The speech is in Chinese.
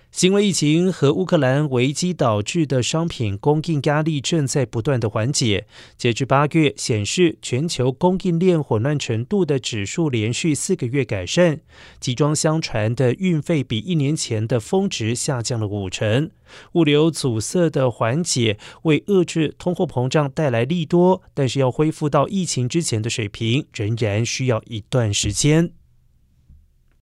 新冠疫情和乌克兰危机导致的商品供应压力正在不断的缓解。截至8月显示，全球供应链混乱程度的指数连续4个月改善。集装箱船的运费比1年前的峰值下降了50%。物流阻塞的缓解为遏制通货膨胀带来利多，但是要恢复到疫情之前的水平，仍然需要一段时间。